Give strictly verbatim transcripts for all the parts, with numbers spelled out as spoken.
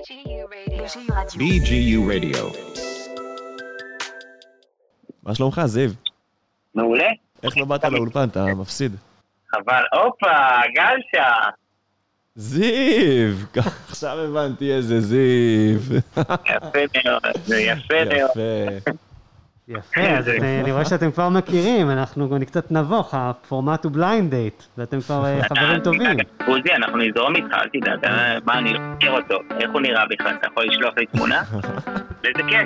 בי ג'י יו Radio. מה שלומך, זיו? מעולה. איך לא באת לאולפן? אתה מפסיד. חבל, אופה, גלשה. זיו! עכשיו הבנתי איזה זיו. יפה מאוד, זה יפה מאוד. יפה. יפה, אז אני רואה שאתם כבר מכירים, אנחנו קצת נבוך, הפורמט הוא בליינד דייט, ואתם כבר חברים טובים. עוזי, אנחנו נזרום איתך, אל תדע, מה, אני לא מכיר אותו, איך הוא נראה בכלל, אתה יכול לשלוח לי תמונה? לאיזה כיף.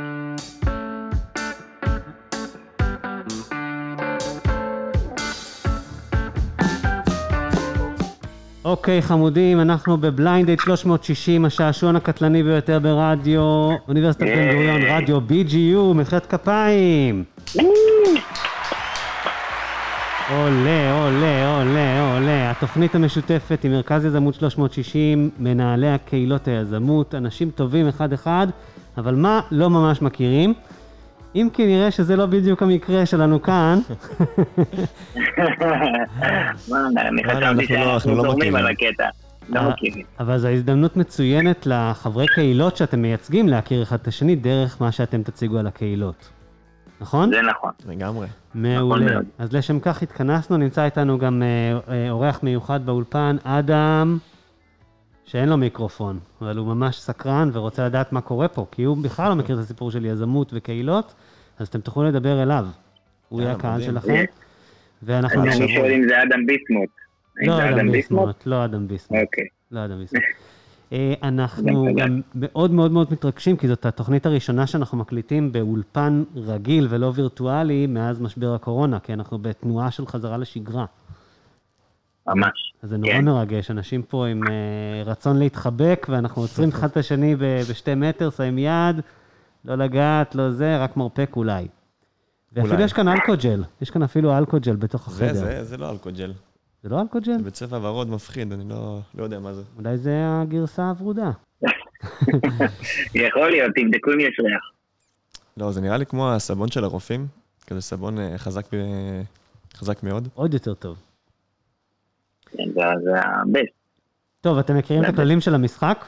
אוקיי חמודים, אנחנו בבליינד דייט שלוש מאות שישים, השעשועון הקטלני ביותר ברדיו, אוניברסיטת בן גוריון, רדיו בי ג'י יו, מחיאות כפיים. עולה, עולה, עולה, עולה. התוכנית המשותפת עם מרכז יזמות שלוש מאות שישים, מנהלי הקהילות היזמות, אנשים טובים אחד אחד, אבל מה לא ממש מכירים? אם כי נראה שזה לא בדיוק המקרה שלנו כאן. מה, אני חשבתי שאנחנו זורמים על הקטע. לא מכירים. אבל זו הזדמנות מצוינת לחברי קהילות שאתם מייצגים להכיר אחד את השני דרך מה שאתם תציגו על הקהילות. נכון? זה נכון. לגמרי. מעולה. אז לשם כך התכנסנו, נמצא איתנו גם אורח מיוחד באולפן, אדם, שאין לו מיקרופון, אבל הוא ממש סקרן ורוצה לדעת מה קורה פה, כי הוא בכלל לא מכיר את הסיפור של יזמות וקהילות, אז אתם תוכלו לדבר אליו. הוא יהיה הקהל שלכם. ואנחנו... אני שואל אם זה אדם ביסמוט. לא אדם ביסמוט, לא אדם ביסמוט. אוקיי. לא אדם ביסמוט. אנחנו גם מאוד מאוד מאוד מתרגשים, כי זאת התוכנית הראשונה שאנחנו מקליטים באולפן רגיל ולא וירטואלי מאז משבר הקורונה, כי אנחנו בתנועה של חזרה לשגרה. ממש. אז זה נורא מרגש, אנשים פה עם רצון להתחבק, ואנחנו עוצרים אחד את השני בשתי מטר, שמים יד, לא לגעת, לא זה, רק מרפק אולי. ואפילו יש כאן אלכוג'ל, יש כאן אפילו אלכוג'ל בתוך החדר. זה, זה לא אלכוג'ל. זה לא אלכוג'ל? זה בצבע ורוד מפחיד, אני לא, לא יודע מה זה. אולי זה הגרסה הוורודה. יכול להיות, תבדקו אם יש ריח. לא, זה נראה לי כמו הסבון של הרופאים, כזה סבון חזק, חזק מאוד. עוד יותר טוב. כן, זה הבסט. טוב, אתם מכירים את הכללים של המשחק?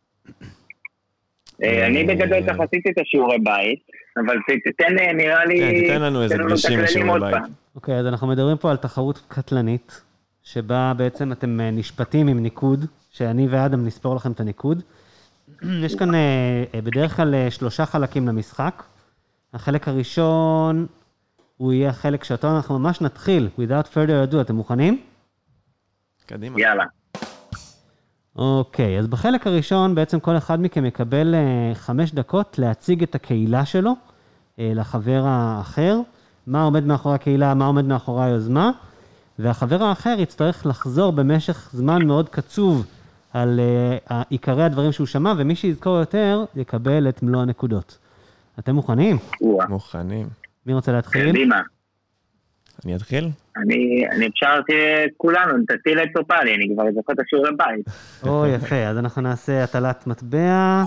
אני בגדול כך עשיתי את השיעורי בית, אבל תתן נראה לי... כן, תתן לנו איזה גלישים לשיעורי בית. אוקיי, אז אנחנו מדברים פה על תחרות קטלנית, שבה בעצם אתם נשפטים עם ניקוד, שאני ואדם נספור לכם את הניקוד. יש כאן בדרך כלל שלושה חלקים למשחק. החלק הראשון הוא יהיה החלק שאותו אנחנו ממש נתחיל, without further ado, אתם מוכנים? קדימה. יאללה. אוקיי, אז בחלק הראשון בעצם כל אחד מכם יקבל חמש דקות להציג את הקהילה שלו לחבר האחר, מה עומד מאחורי הקהילה, מה עומד מאחורי היוזמה, והחבר האחר יצטרך לחזור במשך זמן מאוד קצוב על עיקרי הדברים שהוא שמע, ומי שיזכור יותר יקבל את מלוא הנקודות. אתם מוכנים? מוכנים. מי רוצה להתחיל? קדימה. אני אתחיל? אני, אני אפשרתי כולנו, תטיל את סופלי, אני כבר זוכר את השיעורי בית. או, יפה, אז אנחנו נעשה הטלת מטבע.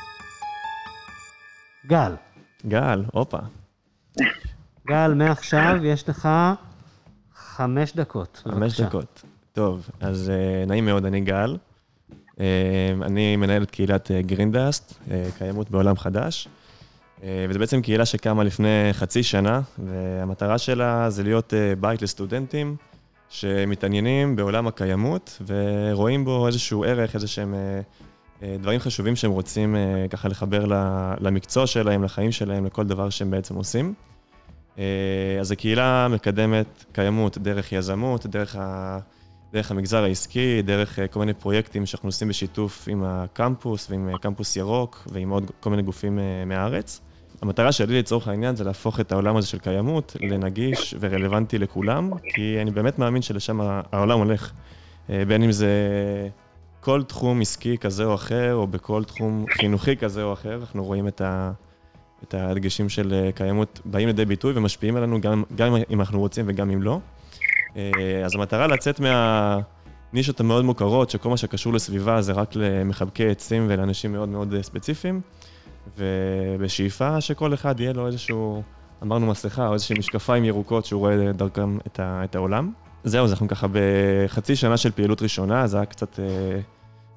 גל. גל, אופה. גל, מעכשיו יש לך חמש דקות. חמש דקות. טוב, אז נעים מאוד, אני גל. אני מנהל את קהילת גרינדאסט, קיימות בעולם חדש. וזו בעצם קהילה שקמה לפני חצי שנה, והמטרה שלה זה להיות בית לסטודנטים שמתעניינים בעולם הקיימות, ורואים בו איזשהו ערך, איזשהם דברים חשובים שהם רוצים ככה לחבר למקצוע שלהם, לחיים שלהם, לכל דבר שהם בעצם עושים. אז הקהילה מקדמת קיימות דרך יזמות, דרך, ה... דרך המגזר העסקי, דרך כל מיני פרויקטים שאנחנו עושים בשיתוף עם הקמפוס ועם קמפוס ירוק ועם עוד כל מיני גופים מהארץ. המטרה שלי לצורך העניין זה להפוך את העולם הזה של קיימות לנגיש ורלוונטי לכולם, כי אני באמת מאמין שלשם העולם הולך. בין אם זה כל תחום עסקי כזה או אחר, או בכל תחום חינוכי כזה או אחר, אנחנו רואים את ה... את הדגשים של קיימות באים לידי ביטוי ומשפיעים עלינו גם, גם אם אנחנו רוצים וגם אם לא. אז המטרה לצאת מהנישות המאוד מוכרות, שכל מה שקשור לסביבה זה רק למחבקי עצים ולאנשים מאוד מאוד ספציפיים, ובשאיפה שכל אחד יהיה לו איזשהו, אמרנו מסכה או איזושהי משקפיים ירוקות שהוא רואה דרכם את, ה, את העולם. זהו, אז אנחנו ככה בחצי שנה של פעילות ראשונה, זה היה קצת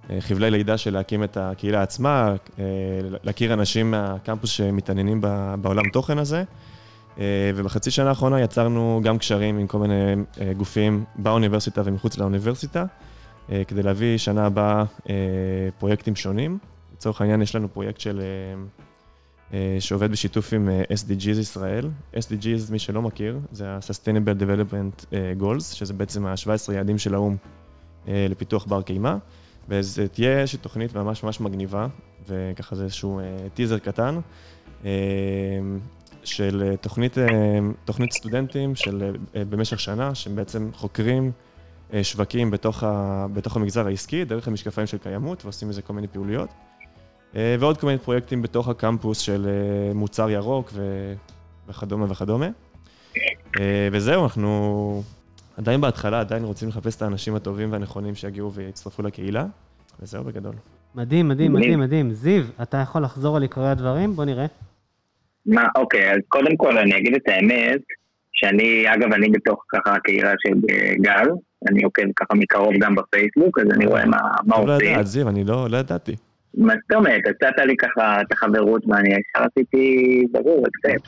חבלי לידה של להקים את הקהילה עצמה, להכיר אנשים מהקמפוס שמתעניינים בעולם תוכן הזה, ובחצי שנה האחרונה יצרנו גם קשרים עם כל מיני גופים באוניברסיטה ומחוץ לאוניברסיטה, כדי להביא שנה הבאה פרויקטים שונים. לצורך העניין יש לנו פרויקט של, שעובד בשיתוף עם אס די ג'יז ישראל. אס די ג'יז, מי שלא מכיר, זה ה-Sustainable Development Goals, שזה בעצם ה-שבעה עשר יעדים של האו"ם לפיתוח בר קיימא. וזה תהיה איזושהי תוכנית ממש ממש מגניבה, וככה זה איזשהו טיזר קטן, של תוכנית, תוכנית סטודנטים של במשך שנה, שהם בעצם חוקרים שווקים בתוך, ה, בתוך המגזר העסקי, דרך המשקפיים של קיימות, ועושים מזה כל מיני פעוליות. ועוד כל מיני פרויקטים בתוך הקמפוס של מוצר ירוק ו, וכדומה וכדומה. וזהו, אנחנו עדיין בהתחלה, עדיין רוצים לחפש את האנשים הטובים והנכונים שיגיעו ויצטרפו לקהילה, וזהו בגדול. מדהים, מדהים, מדהים, מדהים. זיו, אתה יכול לחזור על עיקרי הדברים? בוא נראה. מה, אוקיי, אז קודם כל אני אגיד את האמת, שאני, אגב, אני בתוך ככה הקהילה של גל, אני עוקב ככה מקרוב גם בפייסבוק, אז אני רואה מה, מה עושים. לא יודעת, זיו, אני לא, לא ידעתי. מה זאת אומרת, הצעת לי ככה את החברות, ואני ישר עשיתי ברור, אקספט.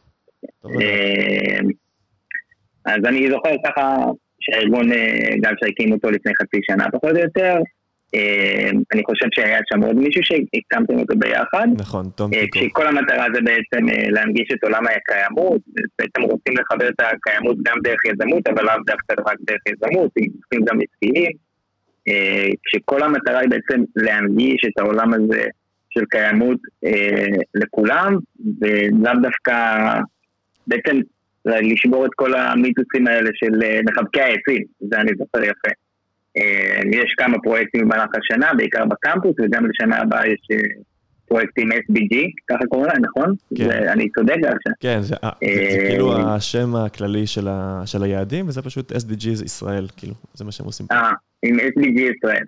אז אני זוכר ככה שהארגון גל שהקים אותו לפני חצי שנה, פחות או יותר, אני חושב שהיה שם עוד מישהו שהקמתם אותו ביחד. נכון, תום פיקו. כשכל המטרה זה בעצם להנגיש את עולם הקיימות, בעצם רוצים לחבר את הקיימות גם דרך יזמות, אבל לאו דווקא רק דרך יזמות, עם גם עסקיים, כשכל המטרה היא בעצם להנגיש את העולם הזה של קיימות לכולם, ולאו דווקא בעצם לשבור את כל המיתוסים האלה של מחבקי העצים, זה אני זוכר יפה. יש כמה פרויקטים במהלך השנה, בעיקר בקמפוס, וגם לשנה הבאה יש פרויקטים אס די ג'י, ככה קוראים להם, נכון? כן. אני צודק גם שם. כן, זה, זה, זה כאילו השם הכללי של, ה, של היעדים, וזה פשוט אס די ג'י ישראל, כאילו, זה מה שהם עושים פה. אה, עם אס די ג'י ישראל.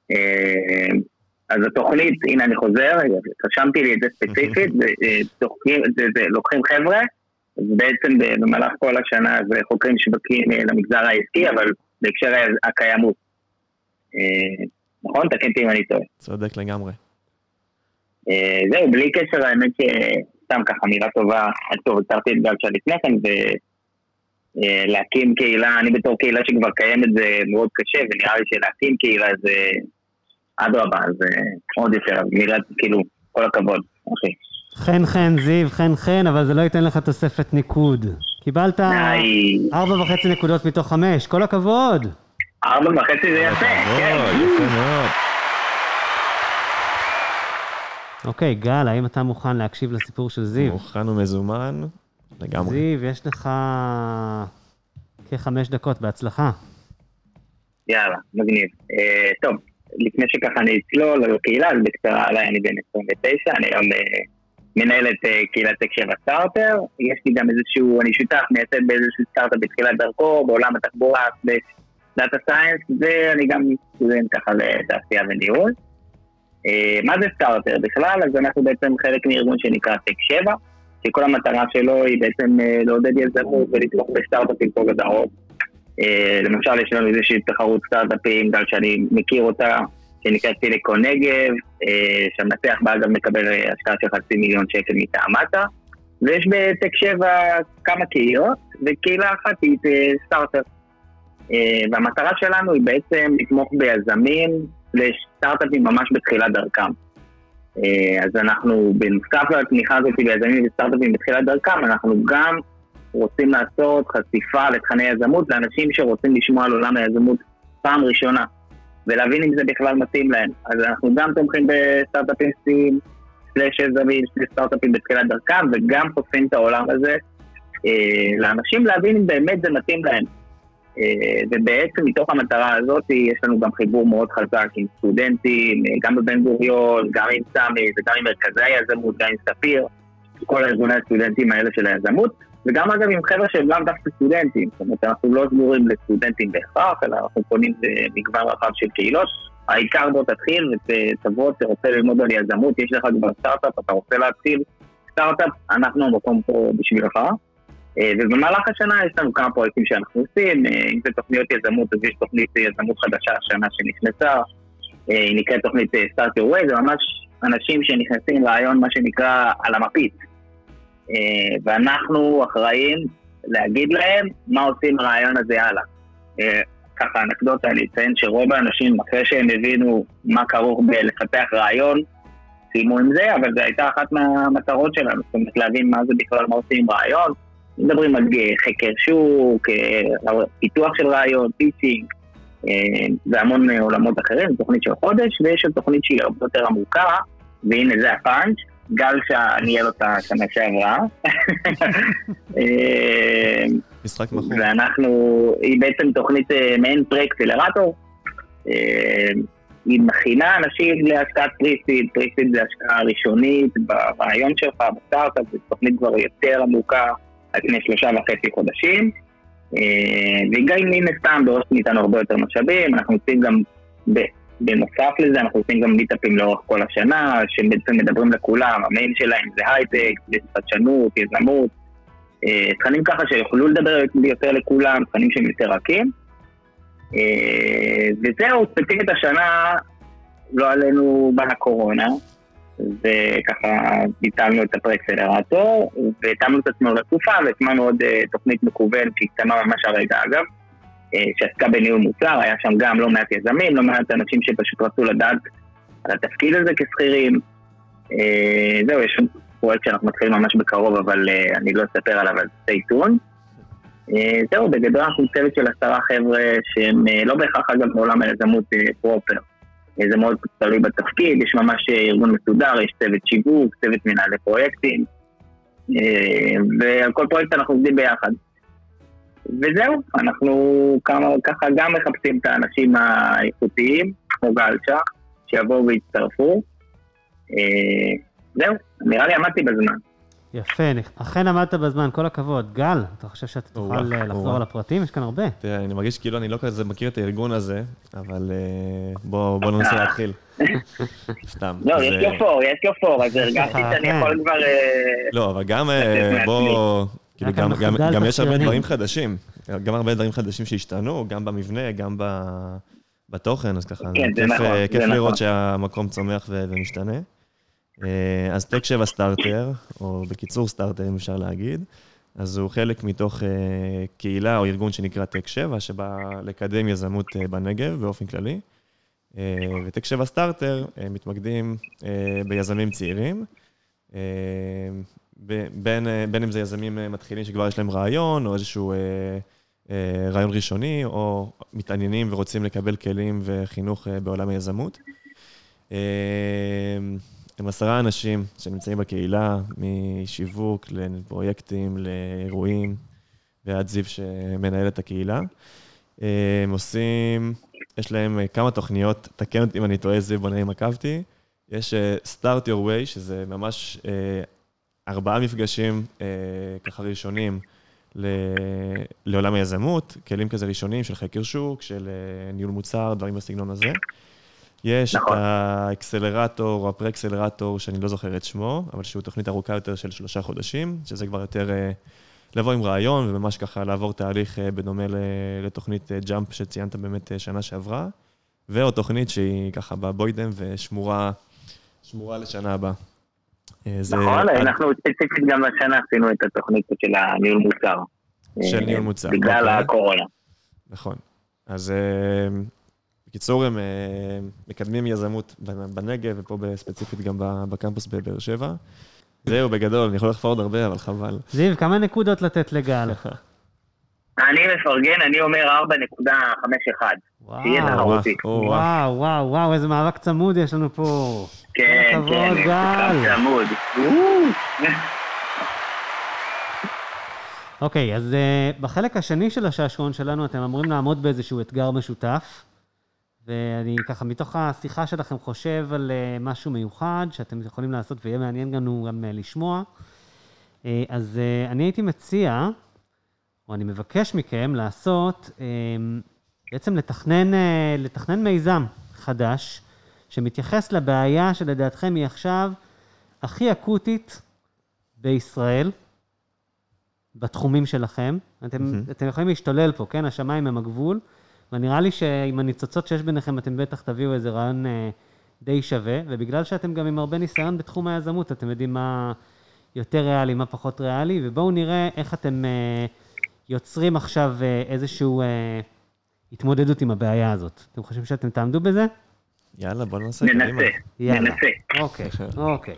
אז התוכנית, הנה אני חוזר, חשמתי לי את זה ספציפית, לוקחים חבר'ה, אז בעצם במהלך כל השנה זה חוקרים שווקים למגזר העסקי, אבל בהקשר הקיימות. נכון? תקנתי אם אני טועה. צודק לגמרי. זהו, בלי קשר, האמת שסתם ככה מילה טובה, טוב, הצרתי את גל שלפני כן, ולהקים קהילה, אני בתור קהילה שכבר קיימת זה מאוד קשה, ונראה לי שלהקים קהילה זה אדרבה, זה מאוד יפה, מילה כאילו, כל הכבוד, אחי. חן חן זיו, חן חן, אבל זה לא ייתן לך תוספת ניקוד. קיבלת ארבע וחצי נקודות מתוך חמש, כל הכבוד. ארבע וחצי זה יפה, כן. יפה מאוד. אוקיי, גל, האם אתה מוכן להקשיב לסיפור של זיו? מוכן ומזומן, לגמרי. זיו, יש לך כחמש דקות, בהצלחה. יאללה, מגניב. טוב, לפני שככה אני אצלול לקהילה, אז בקצרה עליי אני בן עשרים ותשע, אני היום מנהל את קהילת תק שבע סטארטר, יש לי גם איזשהו, אני שותף, מייסד באיזשהו סטארטר בתחילת דרכו, בעולם התחבורה, בדאטה סיינס, ואני גם סטודנט ככה לתעשייה וניהול. מה זה סטארטר בכלל? אז אנחנו בעצם חלק מארגון שנקרא תק שבע, שכל המטרה שלו היא בעצם לעודד יזמות ולתמוך בסטארטאפים פה בדרום. למשל יש לנו איזושהי תחרות סטארטאפים, גם שאני מכיר אותה, שנקראת סיליקון נגב, שהמנצח בה גם מקבל השקעה של חצי מיליון שקל מטעמתה, ויש בתק שבע כמה קהילות, וקהילה אחת היא סטארטר. והמטרה שלנו היא בעצם לתמוך ביזמים לסטארטאפים ממש בתחילת דרכם. אז אנחנו, בנוסף לתמיכה הזאת ביזמים וסטארטאפים בתחילת דרכם, אנחנו גם רוצים לעשות חשיפה לתכני יזמות לאנשים שרוצים לשמוע על עולם היזמות פעם ראשונה, ולהבין אם זה בכלל מתאים להם. אז אנחנו גם תומכים בסטארט-אפים סלש יזמים, סטארט-אפים בתחילת דרכם, וגם חושפים את העולם הזה לאנשים להבין אם באמת זה מתאים להם. ובעצם מתוך המטרה הזאת יש לנו גם חיבור מאוד חזק עם סטודנטים, גם בבן גוריון, גם עם סמי וגם עם מרכזי היזמות, גם עם ספיר, כל הארגוני הסטודנטים האלה של היזמות, וגם אגב עם חבר'ה שהם לאו דווקא סטודנטים, זאת אומרת אנחנו לא סגורים לסטודנטים בהכרח, אלא אנחנו פונים במגוון רחב של קהילות. העיקר בוא תתחיל ותבוא, אתה רוצה ללמוד על יזמות, יש לך כבר סטארט-אפ, אתה רוצה להתחיל סטארט-אפ, אנחנו המקום פה בשבילך. ובמהלך השנה יש לנו כמה פרויקטים שאנחנו עושים, אם זה תוכניות יזמות, אז יש תוכנית יזמות חדשה השנה שנכנסה, היא נקראת תוכנית Start Your Way, זה ממש אנשים שנכנסים רעיון, מה שנקרא, על המפית. ואנחנו אחראים להגיד להם מה עושים הרעיון הזה הלאה. ככה אנקדוטה, אני אציין שרוב האנשים, אחרי שהם הבינו מה כרוך בלפתח רעיון, סיימו עם זה, אבל זו הייתה אחת מהמטרות שלנו, זאת אומרת להבין מה זה בכלל, מה עושים עם רעיון. מדברים על חקר שוק, פיתוח של רעיון, פיצ'ינג, והמון עולמות אחרים, תוכנית של חודש, ויש עוד תוכנית שהיא הרבה יותר עמוקה, והנה זה הפאנץ', גל שניהל אותה שנה שעברה. משחק מחור. ואנחנו, היא בעצם תוכנית מעין פרה-אקסלרטור, היא מכינה אנשים להשקעת פריסיד, פריסיד זה השקעה ראשונית ברעיון שלך, בסטארט-אפ, זו תוכנית כבר יותר עמוקה, על פני שלושה וחצי חודשים, וגם מן הסתם בראש מאיתנו הרבה יותר משאבים, אנחנו עושים גם, בנוסף לזה, אנחנו עושים גם מיטאפים לאורך כל השנה, שבעצם מדברים לכולם, המייל שלהם זה הייטק, זה חדשנות, יזמות, תכנים ככה שיוכלו לדבר יותר לכולם, תכנים שהם יותר רכים, וזהו, ספציפית השנה, לא עלינו בקורונה, וככה ביטלנו את הפרה-אקסלרטור, והתאמנו את עצמנו לתקופה, והתאמנו עוד תוכנית מקוון, שהקטנה ממש הרגע אגב, שעסקה בניהול מוצר, היה שם גם לא מעט יזמים, לא מעט אנשים שפשוט רצו לדעת על התפקיד הזה כסחירים. זהו, יש פרויקט שאנחנו מתחילים ממש בקרוב, אבל אני לא אספר עליו, אבל stay tuned. זהו, בגדול אנחנו צוות של עשרה חבר'ה, שהם לא בהכרח אגב בעולם היזמות פרופר. זה מאוד תלוי בתפקיד, יש ממש ארגון מסודר, יש צוות שיווק, צוות מנהלי פרויקטים, ועל כל פרויקט אנחנו עובדים ביחד. וזהו, אנחנו ככה גם מחפשים את האנשים האיכותיים, כמו גלשה, שיבואו ויצטרפו. זהו, נראה לי עמדתי בזמן. יפה, אכן עמדת בזמן, כל הכבוד. גל, אתה חושב שאתה תוכל לחזור על הפרטים? יש כאן הרבה. תראה, אני מרגיש כאילו אני לא כזה מכיר את הארגון הזה, אבל בוא ננסה להתחיל. סתם. לא, יש לו פור, יש לו פור, אז הרגשתי שאני יכול כבר... לא, אבל גם בוא... גם יש הרבה דברים חדשים, גם הרבה דברים חדשים שהשתנו, גם במבנה, גם בתוכן, אז ככה, כיף לראות שהמקום צומח ומשתנה. אז טק שבע סטארטר, או בקיצור סטארטר אם אפשר להגיד, אז הוא חלק מתוך קהילה או ארגון שנקרא טק שבע, שבא לקדם יזמות בנגב באופן כללי. וטק שבע סטארטר מתמקדים ביזמים צעירים, בין, בין אם זה יזמים מתחילים שכבר יש להם רעיון, או איזשהו רעיון ראשוני, או מתעניינים ורוצים לקבל כלים וחינוך בעולם היזמות. הם עשרה אנשים שנמצאים בקהילה, משיווק לפרויקטים, לאירועים, ועד זיו שמנהל את הקהילה. הם עושים, יש להם כמה תוכניות, תקן אותי אם אני טועה זיו, בוא נראה אם עקבתי. יש Start Your Way, שזה ממש ארבעה מפגשים ככה ראשונים לעולם היזמות, כלים כזה ראשונים של חקר שוק, של ניהול מוצר, דברים בסגנון הזה. יש את האקסלרטור או הפרה-אקסלרטור, שאני לא זוכר את שמו, אבל שהוא תוכנית ארוכה יותר של שלושה חודשים, שזה כבר יותר לבוא עם רעיון, וממש ככה לעבור תהליך בדומה לתוכנית ג'אמפ שציינת באמת שנה שעברה, ועוד תוכנית שהיא ככה בבוידם ושמורה שמורה לשנה הבאה. נכון, אנחנו ספציפית גם השנה עשינו את התוכנית של הניהול מוצר. של ניהול מוצר. בגלל הקורונה. נכון. אז בקיצור, הם מקדמים יזמות בנגב, ופה בספציפית גם בקמפוס בבאר שבע. זהו, בגדול, אני יכול לחפור עוד הרבה, אבל חבל. זיו, כמה נקודות לתת לגל? אני מפרגן, אני אומר ארבע נקודה חמש אחת. שיהיה תחרותי. וואו, וואו, וואו, איזה מאבק צמוד יש לנו פה. כן, כן, מאבק צמוד. אוקיי, אז בחלק השני של השעשועון שלנו, אתם אמורים לעמוד באיזשהו אתגר משותף. ואני ככה מתוך השיחה שלכם חושב על משהו מיוחד שאתם יכולים לעשות ויהיה מעניין לנו גם לשמוע. אז אני הייתי מציע, או אני מבקש מכם לעשות, בעצם לתכנן, לתכנן מיזם חדש, שמתייחס לבעיה שלדעתכם היא עכשיו הכי אקוטית בישראל, בתחומים שלכם. אתם, mm-hmm. אתם יכולים להשתולל פה, כן? השמיים הם הגבול. ונראה לי שעם הניצוצות שיש ביניכם, אתם בטח תביאו איזה רעיון די שווה, ובגלל שאתם גם עם הרבה ניסיון בתחום היזמות, אתם יודעים מה יותר ריאלי, מה פחות ריאלי, ובואו נראה איך אתם יוצרים עכשיו איזשהו התמודדות עם הבעיה הזאת. אתם חושבים שאתם תעמדו בזה? יאללה, בוא ננסה. ננסה, ננסה. אוקיי, אוקיי.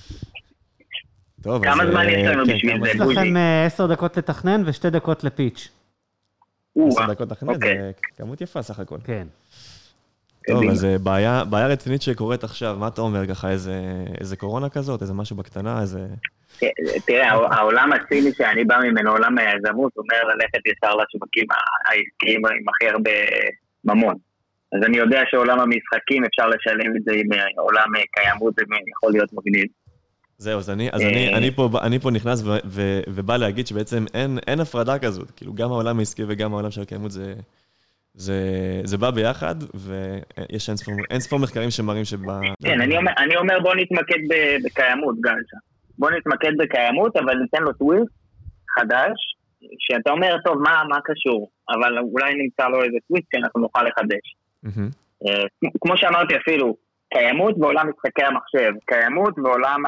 טוב, כמה זמן יש לנו בשביל זה, יש בוז'י? לכם עשר דקות לתכנן ושתי דקות לפיץ'. עשר דקות לתכנן, זה כמות יפה סך הכל. כן. טוב, אז בעיה, בעיה רצינית שקורית עכשיו, מה אתה אומר ככה, איזה, איזה קורונה כזאת, איזה משהו בקטנה, איזה... תראה, העולם הסיני שאני בא ממנו, עולם היזמות, אומר ללכת ישר לשווקים העסקיים עם הכי הרבה ממון. אז אני יודע שעולם המשחקים אפשר לשלם את זה עם עולם קיימות, זה יכול להיות מגניב. זהו, אז אני, אז אני, אני פה, אני פה נכנס ו, ו, ובא להגיד שבעצם אין, אין הפרדה כזאת, כאילו גם העולם העסקי וגם העולם של הקיימות זה... זה, זה בא ביחד, ויש אין ספור, אין ספור מחקרים שמראים שבא... כן, אני אומר, אני אומר בוא נתמקד בקיימות, גלשה. בוא נתמקד בקיימות, אבל ניתן לו טוויסט חדש, שאתה אומר, טוב, מה, מה קשור? אבל אולי נמצא לו איזה טוויסט שאנחנו נוכל לחדש. Mm-hmm. כמו שאמרתי אפילו, קיימות בעולם משחקי המחשב, קיימות בעולם ה...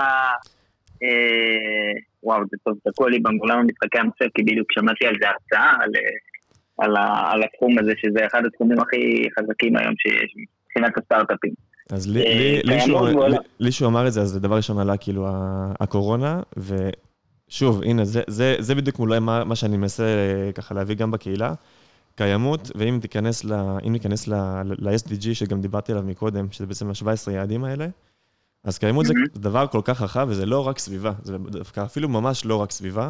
וואו, זה טוב, תקוע לי בעולם המשחקי המחשב, כי בדיוק שמעתי על זה הרצאה, על... על, ה, על התחום הזה, שזה אחד התחומים הכי חזקים היום שיש, מבחינת הסטארט-אפים. אז לי, לי, לי, שהוא, לי, לי שהוא אמר את זה, אז דבר ראשון עלה כאילו הקורונה, ושוב, הנה, זה, זה, זה בדיוק אולי מה, מה שאני מנסה ככה להביא גם בקהילה, קיימות, ואם תיכנס ל, אם ניכנס ל-אס די ג'י שגם דיברתי עליו מקודם, שזה בעצם ה-שבעה עשר יעדים האלה, אז קיימות mm-hmm. זה דבר כל כך רחב, וזה לא רק סביבה, זה אפילו ממש לא רק סביבה,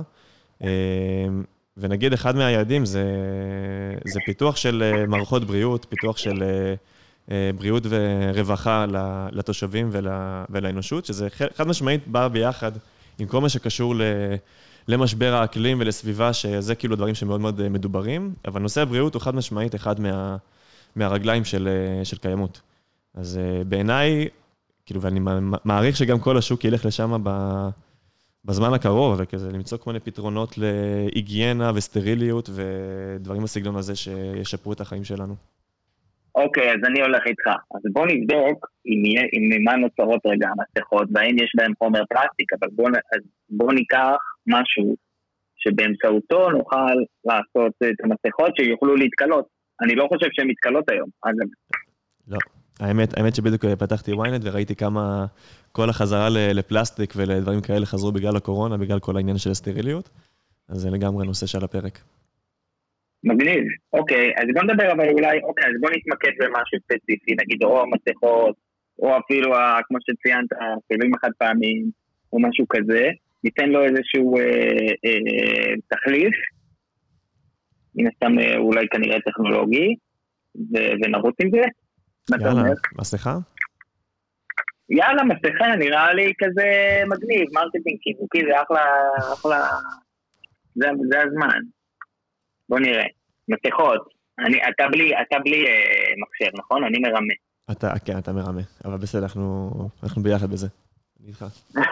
ונגיד אחד מהיעדים זה, זה פיתוח של מערכות בריאות, פיתוח של בריאות ורווחה לתושבים ולאנושות, שזה חד משמעית בא ביחד עם כל מה שקשור למשבר האקלים ולסביבה, שזה כאילו דברים שמאוד מאוד מדוברים, אבל נושא הבריאות הוא חד משמעית אחד מה, מהרגליים של, של קיימות. אז בעיניי, כאילו, ואני מעריך שגם כל השוק ילך לשם ב... בזמן הקרוב, וכזה למצוא כל מיני פתרונות להיגיינה וסטריליות ודברים בסגנון הזה שישפרו את החיים שלנו. אוקיי, אז אני הולך איתך. אז בוא נבדוק אם מה נוצרות רגע המסכות, והאם יש בהם חומר פלסטיק, אבל בוא, בוא ניקח משהו שבאמצעותו נוכל לעשות את המסכות שיוכלו להתקלות. אני לא חושב שהן מתקלות היום, אגב. לא. האמת, האמת שבדיוק פתחתי וויינט וראיתי כמה כל החזרה לפלסטיק ולדברים כאלה חזרו בגלל הקורונה, בגלל כל העניין של הסטריליות, אז זה לגמרי נושא של הפרק. מגניב, אוקיי, אז בוא נדבר אבל אולי, אוקיי, אז בוא נתמקד במשהו ספציפי, נגיד או המסכות, או אפילו, כמו שציינת, הכלים החד פעמים, או משהו כזה, ניתן לו איזשהו אה, אה, תחליף, מן הסתם אה, אולי כנראה טכנולוגי, ו- ונרוץ עם זה. יאללה, מסכה? יאללה, מסכה, נראה לי כזה מגניב, מרקטינג שיווקי, זה אחלה, אחלה, זה, זה הזמן. בוא נראה, מסכות, אני, אתה בלי, אתה בלי אה, מחשב, נכון? אני מרמה. אתה, כן, אתה מרמה, אבל בסדר, אנחנו, אנחנו ביחד בזה. אני איתך.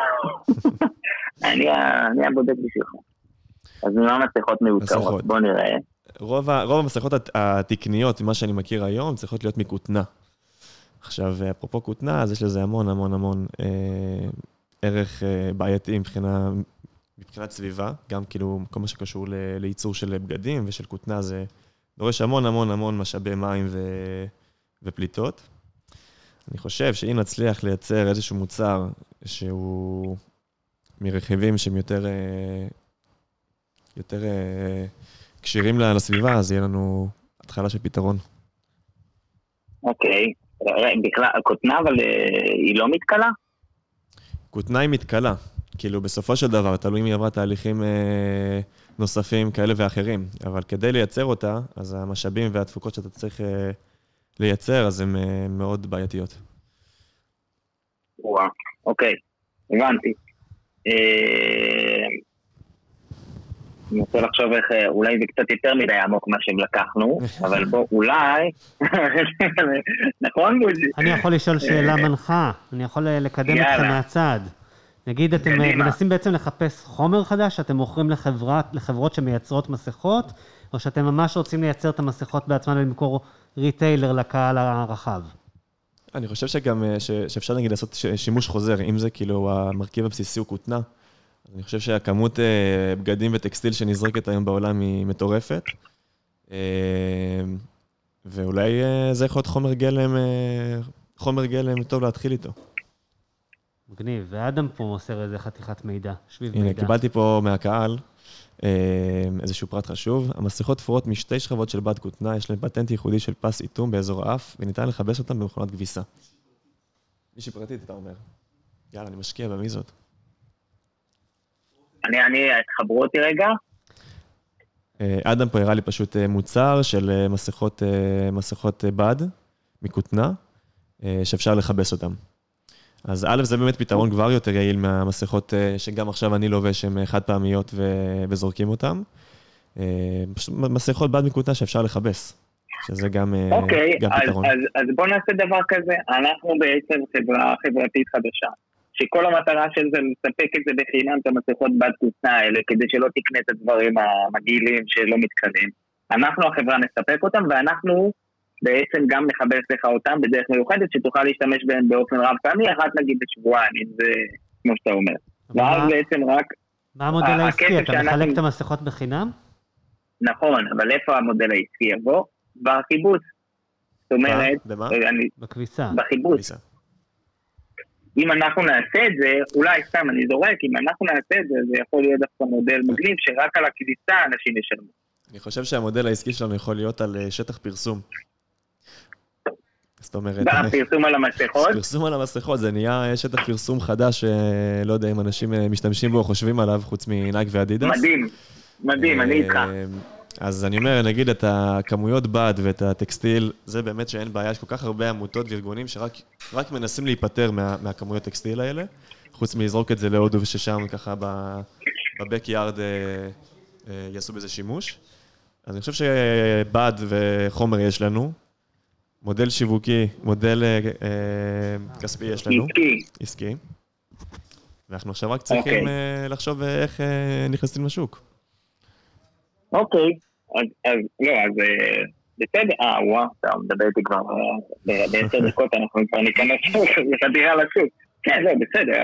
אני, אני הבודק בשבילך. אז נראה מסכות מיותרות, בוא נראה. רוב, רוב המסכות התקניות, מה שאני מכיר היום, צריכות להיות מכותנה. עכשיו, אפרופו כותנה, אז יש לזה המון המון המון אה, ערך אה, בעייתי מבחינה, מבחינת סביבה, גם כאילו כל מה שקשור ל, לייצור של בגדים ושל כותנה, זה דורש המון המון המון משאבי מים ו, ופליטות. אני חושב שאם נצליח לייצר איזשהו מוצר שהוא מרכיבים שהם יותר, אה, יותר אה, קשירים לסביבה, אז יהיה לנו התחלה של פתרון. אוקיי. בכלל, כותנה, אבל היא לא מתקלה? כותנה היא מתקלה. כאילו, בסופו של דבר, תלוי אם היא עברה תהליכים אה, נוספים כאלה ואחרים. אבל כדי לייצר אותה, אז המשאבים והתפוקות שאתה צריך אה, לייצר, אז הן אה, מאוד בעייתיות. וואו, אוקיי. הבנתי. אה... אני רוצה לחשוב איך, אולי זה קצת יותר מדי עמוק מה שהם לקחנו, אבל בוא, אולי, נכון בוז'י? אני יכול לשאול שאלה מנחה, אני יכול לקדם אתכם מהצד. נגיד, אתם מנסים בעצם לחפש חומר חדש, שאתם מוכרים לחברות שמייצרות מסכות, או שאתם ממש רוצים לייצר את המסכות בעצמן ולמכור ריטיילר לקהל הרחב. אני חושב שגם ש, שאפשר נגיד לעשות שימוש חוזר, אם זה כאילו המרכיב הבסיסי הוא כותנה, אני חושב שהכמות בגדים וטקסטיל שנזרקת היום בעולם היא מטורפת, ואולי זה יכול להיות חומר גלם, חומר גלם טוב להתחיל איתו. מגניב, ואדם פה מוסר איזה חתיכת מידע, שביב הנה, מידע. קיבלתי פה מהקהל איזשהו פרט חשוב. המסכות תפורות משתי שכבות של בד כותנה, יש להם פטנט ייחודי של פס איתום באזור האף, וניתן לכבס אותם במכונת כביסה. מישהי פרטית, אתה אומר. יאללה, אני משקיע במי זאת. אני, אני, תחברו אותי רגע. אדם פה הראה לי פשוט מוצר של מסכות, מסכות בד מכותנה, שאפשר לכבס אותם. אז א', זה באמת פתרון כבר יותר יעיל מהמסכות שגם עכשיו אני לובש, שהן חד פעמיות ו- וזורקים אותם. מסכות בד מכותנה שאפשר לכבס, שזה גם, אוקיי, גם אז, פתרון. אז, אז בוא נעשה דבר כזה. אנחנו בעצם חברה חברתית חדשה, שכל המטרה של זה מספק את זה בחינם, את המסכות בד כותנה האלה, כדי שלא תקנה את הדברים המגעילים שלא מתקנים. אנחנו החברה נספק אותם, ואנחנו בעצם גם נחבס לך אותם בדרך מיוחדת, שתוכל להשתמש בהם באופן רב פעמי, אחת נגיד בשבועיים, אם זה כמו שאתה אומר. ואז מה, בעצם רק... מה המודל העסקי? אתה שאנחנו... מחלק את המסכות בחינם? נכון, אבל איפה המודל העסקי יבוא? בחיבוץ. זאת אומרת... במה? אני... בכביסה. בחיבוץ. אם אנחנו נעשה את זה, אולי סתם אני זורק, אם אנחנו נעשה את זה, זה יכול להיות דווקא מודל מגניב, שרק על הכביסה אנשים ישלמו. אני חושב שהמודל העסקי שלנו יכול להיות על שטח פרסום. זאת אומרת... פרסום על המסכות? פרסום על המסכות, זה נהיה שטח פרסום חדש, לא יודע אם אנשים משתמשים בו או חושבים עליו, חוץ מנייק ואדידס. מדהים, מדהים, אני איתך. אז אני אומר, נגיד את הכמויות בד ואת הטקסטיל, זה באמת שאין בעיה, יש כל כך הרבה עמותות וארגונים שרק מנסים להיפטר מה, מהכמויות טקסטיל האלה, חוץ מלזרוק את זה להודו וששם ככה בבק-יארד יעשו בזה שימוש. אז אני חושב שבד וחומר יש לנו, מודל שיווקי, מודל כספי יש לנו. עסקי. עסקי. ואנחנו עכשיו רק צריכים לחשוב איך נכנסים לשוק. אוקיי, אז לא, אז בסדר, אה, וואו, אתה מדבר איתי כבר בעשר דקות, אנחנו כבר ניכנס לחדירה לשוק. כן, לא, בסדר,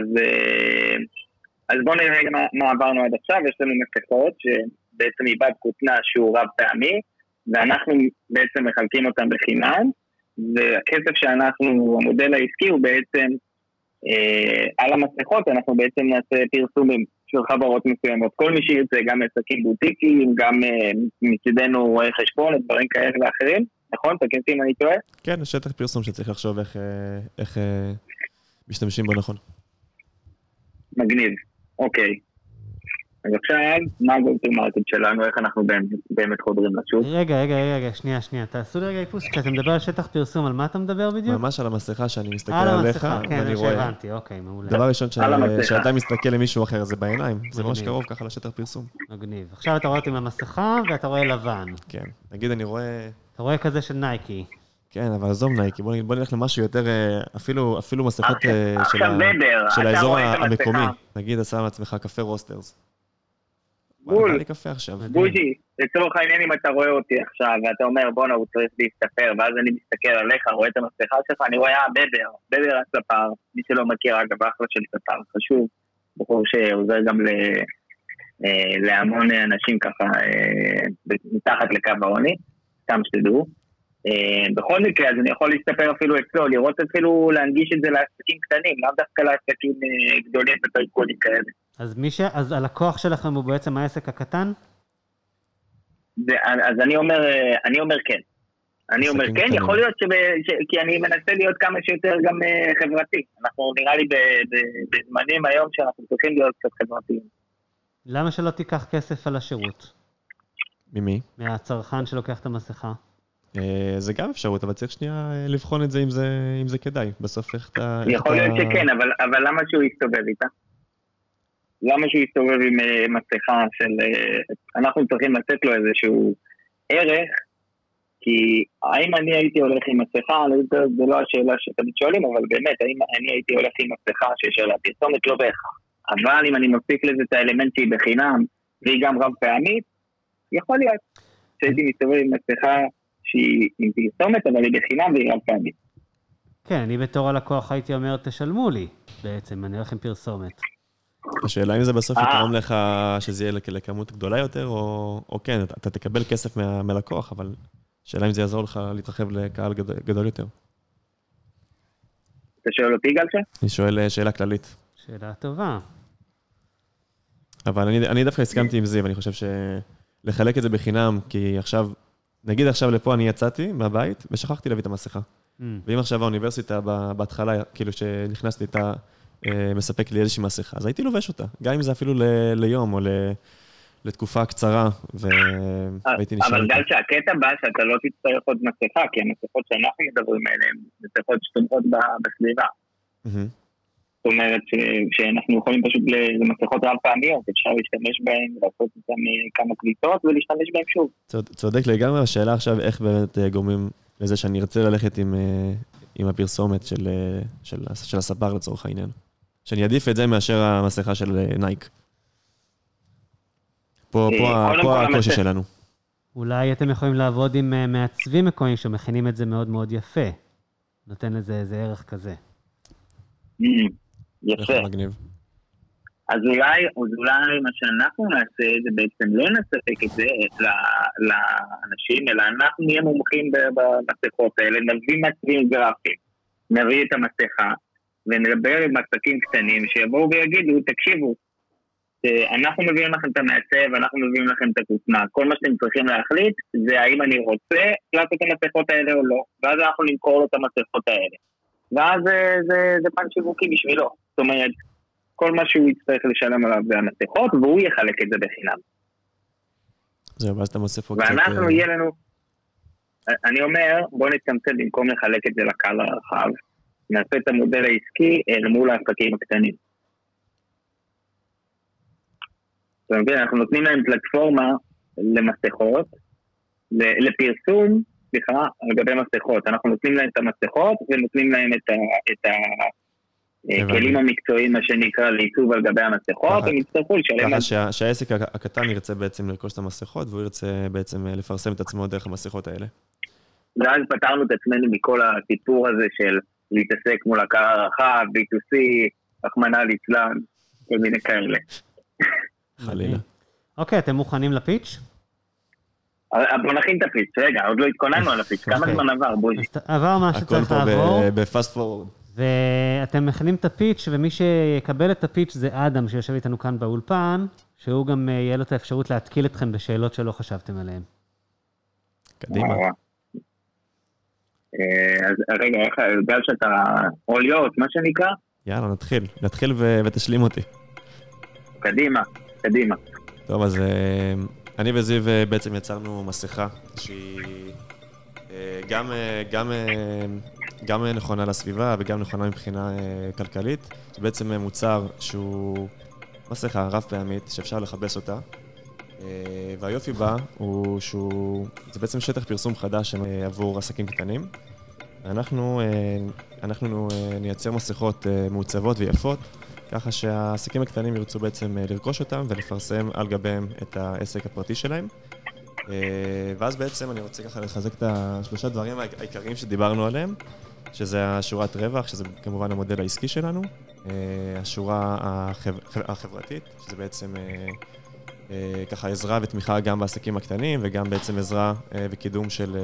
אז בואו נראה מה עברנו עד עכשיו. יש לנו מסכות שבעצם היא בד כותנה שהוא רב פעמי, ואנחנו בעצם מחלקים אותם בחינם, והכסף שאנחנו, המודל העסקי הוא בעצם על המסכות, אנחנו בעצם נעשה פרסומים של חברות מסוימות. כל מי שירצה, גם עסקים בוטיקים, גם מצדנו רואי חשבון, דברים כאלה ואחרים. נכון? תקן אותי אם אני טועה? כן, שטח פרסום שצריך לחשוב איך, איך משתמשים בו נכון. מגניב. אוקיי. אז עכשיו, מה הגולטר מרקט שלנו? איך אנחנו באמת חודרים לשוק? רגע, רגע, רגע, שנייה, שנייה. תעשו לי רגע איפוס, כשאתה מדבר על שטח פרסום, על מה אתה מדבר בדיוק? ממש על המסכה שאני מסתכל עליך, ואני רואה. שהבנתי, אוקיי, מעולה. דבר ראשון, שאתה מסתכל למישהו אחר, זה בעיניים. זה ממש קרוב ככה לשטח פרסום. מגניב. עכשיו אתה רואה אותי עם המסכה, ואתה רואה לבן. כן. נגיד, אני רואה... אתה רואה כזה של נייקי. כן, אבל עזוב נייקי. בוא נלך למשהו יותר, אפילו מסכות של האזור המקומי. נגיד, עשה לעצמך קפה רוסטרס. בול, עכשיו. בוז'י, לצורך העניין אם אתה רואה אותי עכשיו ואתה אומר בונה הוא צריך להסתפר, ואז אני מסתכל עליך, רואה את המסכה שלך, אני רואה אה בבר, בבר הספר, מי שלא מכיר אגב אחלה של ספר, חשוב, בחור שעוזר גם להמון אנשים ככה מתחת לקו העוני, סתם שתדעו. בכל מקרה אז אני יכול להסתפר אפילו אצלו, לראות אפילו להנגיש את זה לעסקים קטנים, לאו דווקא לעסקים גדולים וטייקונים כאלה. אז מי ש... אז הלקוח שלכם הוא בעצם העסק הקטן? אז אני אומר, אני אומר כן. אני אומר כן, יכול להיות ש... כי אני מנסה להיות כמה שיותר גם חברתי. אנחנו נראה לי בזמנים היום שאנחנו צריכים להיות קצת חברתיים. למה שלא תיקח כסף על השירות? ממי? מהצרכן שלוקח את המסכה. זה גם אפשרות, אבל צריך שנייה לבחון את זה אם זה, אם זה כדאי. בסוף איך אתה... יכול להיות שכן, אבל, אבל למה שהוא יסתובב איתה? למה שהוא יסתובב עם מסכה של... אנחנו צריכים לתת לו איזשהו ערך, כי האם אני הייתי הולך עם מסכה, זה לא השאלה שתמיד שואלים, אבל באמת, האם אני הייתי הולך עם מסכה שיש עליה פרסומת, לא בהכרח. אבל אם אני מוסיף לזה את האלמנט שהיא בחינם, והיא גם רב פעמית, יכול להיות שהייתי מסתובב עם מסכה שהיא עם פרסומת, אבל היא בחינם והיא רב פעמית. כן, אני בתור הלקוח הייתי אומר, תשלמו לי, בעצם, אני הולך עם פרסומת. השאלה אם זה בסוף יתרום לך שזה יהיה לכמות גדולה יותר, או כן, אתה תקבל כסף מהלקוח, אבל השאלה אם זה יעזור לך להתרחב לקהל גדול יותר. אתה שואל אותי גלשה? אני שואל שאלה כללית. שאלה טובה. אבל אני, אני דווקא הסכמתי עם זיו, אני חושב שלחלק את זה בחינם, כי עכשיו, נגיד עכשיו לפה אני יצאתי מהבית, ושכחתי להביא את המסכה. Mm. ואם עכשיו האוניברסיטה בהתחלה, כאילו שנכנסתי איתה, מספק לי איזושהי מסכה, אז הייתי לובש אותה, גם אם זה אפילו ל- ליום או ל- לתקופה קצרה, והייתי נשאר. אבל גל שהקטע בא שאתה לא תצטרך עוד מסכה, כי המסכות שאנחנו מדברים עליהן, מסכות שתומכות בסביבה. זאת אומרת שאנחנו יכולים פשוט למסכות רב פעמיות, אפשר להשתמש בהן, לעשות איתן כמה קליטות ולהשתמש בהן שוב. צודק לגמרי, השאלה עכשיו איך באמת גורמים לזה שאני ארצה ללכת עם, עם הפרסומת של, של, של הספר לצורך העניין. שאני אעדיף את זה מאשר המסכה של נייק. פה, פה, פה הקושי שלנו. אולי אתם יכולים לעבוד עם מעצבים מקומיים שמכינים את זה מאוד מאוד יפה. נותן לזה איזה ערך כזה. יפה. אז אולי, אז אולי מה שאנחנו נעשה זה בעצם לא נספק את זה לאנשים, אלא אנחנו נהיה מומחים במסכות האלה, נביא מעצבים גרפיים, נביא את המסכה, ונדבר עם עסקים קטנים שיבואו ויגידו, תקשיבו, אנחנו מביאים לכם את המעצב, אנחנו מביאים לכם את הכותנה, כל מה שאתם צריכים להחליט זה האם אני רוצה לעשות את המסכות האלה או לא, ואז אנחנו נמכור לו את המסכות האלה. ואז זה, זה, זה פן שיווקי בשבילו. זאת אומרת, כל מה שהוא יצטרך לשלם עליו זה המסכות, והוא יחלק את זה בחינם. זהו, ואז אתה מוסיף פה קצת... ואנחנו יהיה לנו... אני אומר, בוא נצמצם במקום לחלק את זה לקהל הרחב, נעשה את המודל העסקי אל מול העסקים הקטנים. זאת אומרת, אנחנו נותנים להם פלטפורמה למסכות, לפרסום, סליחה, על גבי מסכות. אנחנו נותנים להם את המסכות, ונותנים להם את, ה, את הכלים המקצועיים, מה שנקרא, לעיצוב על גבי המסכות, הם יצטרכו לשלם... ככה שה, שהעסק הקטן ירצה בעצם לרכוש את המסכות, והוא ירצה בעצם לפרסם את עצמו דרך המסכות האלה. ואז פתרנו את עצמנו מכל הסיפור הזה של להתעסק מול הקהל הרחב, בי טו סי, רחמנא ליצלן, כל מיני כאלה. חלילה. אוקיי, אתם מוכנים לפיץ'? בוא נכין את הפיץ', רגע, עוד לא התכוננו על הפיץ', כמה זמן עבר, בוז'י? עבר מה שצריך לעבור. הכל פה בפאסט פורוורד. ואתם מכינים את הפיץ', ומי שיקבל את הפיץ' זה אדם, שיושב איתנו כאן באולפן, שהוא גם יהיה לו את האפשרות להתקיל אתכם בשאלות שלא חשבתם עליהן. קדימה. אז רגע, גל שאתה עוליות, מה שנקרא? יאללה, נתחיל, נתחיל ותשלים אותי. קדימה, קדימה. טוב, אז אני וזיו בעצם יצרנו מסכה שהיא גם, גם, גם נכונה לסביבה וגם נכונה מבחינה כלכלית. זה בעצם מוצר שהוא מסכה רב פעמית שאפשר לחבש אותה. והיופי בה הוא שהוא, זה בעצם שטח פרסום חדש עבור עסקים קטנים. אנחנו, אנחנו נייצר מסכות מעוצבות ויפות, ככה שהעסקים הקטנים ירצו בעצם לרכוש אותם ולפרסם על גביהם את העסק הפרטי שלהם. ואז בעצם אני רוצה ככה לחזק את השלושה דברים העיקריים שדיברנו עליהם, שזה השורת רווח, שזה כמובן המודל העסקי שלנו, השורה החברתית, שזה בעצם ככה עזרה ותמיכה גם בעסקים הקטנים, וגם בעצם עזרה וקידום של,